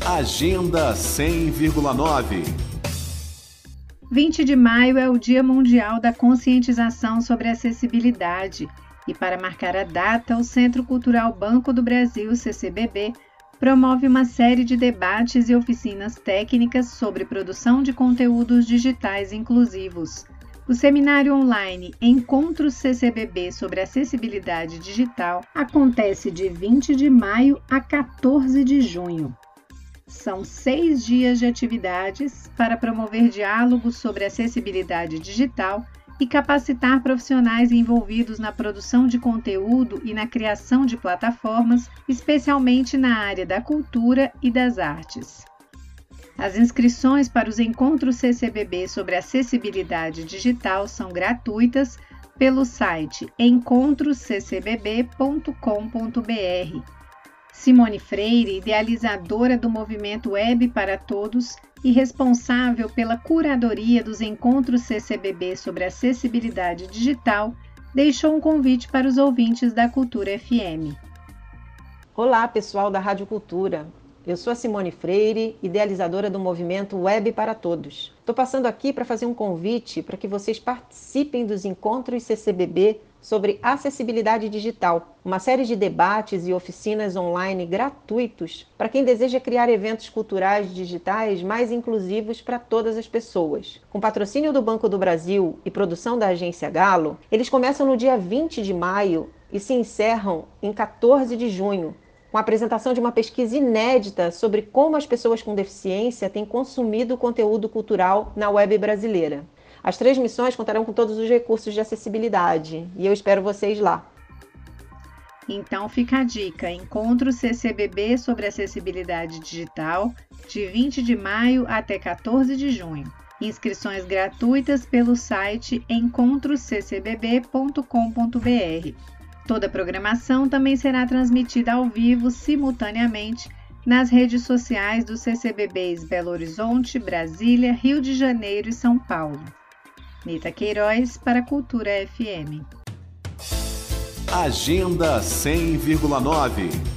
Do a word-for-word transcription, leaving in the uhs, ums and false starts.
Agenda cem vírgula nove. vinte de maio é o Dia Mundial da Conscientização sobre Acessibilidade e, para marcar a data, o Centro Cultural Banco do Brasil, C C B B, promove uma série de debates e oficinas técnicas sobre produção de conteúdos digitais inclusivos. O seminário online Encontros C C B B sobre Acessibilidade Digital acontece de vinte de maio a quatorze de junho. São seis dias de atividades para promover diálogos sobre acessibilidade digital e capacitar profissionais envolvidos na produção de conteúdo e na criação de plataformas, especialmente na área da cultura e das artes. As inscrições para os encontros C C B B sobre acessibilidade digital são gratuitas pelo site encontros c c b b ponto com ponto b r. Simone Freire, idealizadora do movimento Web para Todos e responsável pela curadoria dos encontros C C B B sobre acessibilidade digital, deixou um convite para os ouvintes da Cultura F M. Olá, pessoal da Rádio Cultura. Eu sou a Simone Freire, idealizadora do movimento Web para Todos. Estou passando aqui para fazer um convite para que vocês participem dos encontros C C B B sobre acessibilidade digital, uma série de debates e oficinas online gratuitos para quem deseja criar eventos culturais digitais mais inclusivos para todas as pessoas. Com patrocínio do Banco do Brasil e produção da Agência Galo, eles começam no dia vinte de maio e se encerram em quatorze de junho, com a apresentação de uma pesquisa inédita sobre como as pessoas com deficiência têm consumido o conteúdo cultural na web brasileira. As transmissões contarão com todos os recursos de acessibilidade e eu espero vocês lá. Então fica a dica, Encontro C C B B sobre acessibilidade digital, de vinte de maio até quatorze de junho. Inscrições gratuitas pelo site encontros c c b b ponto com ponto b r. Toda a programação também será transmitida ao vivo simultaneamente nas redes sociais dos C C B Bs Belo Horizonte, Brasília, Rio de Janeiro e São Paulo. Nita Queiroz para a Cultura F M. Agenda cem vírgula nove.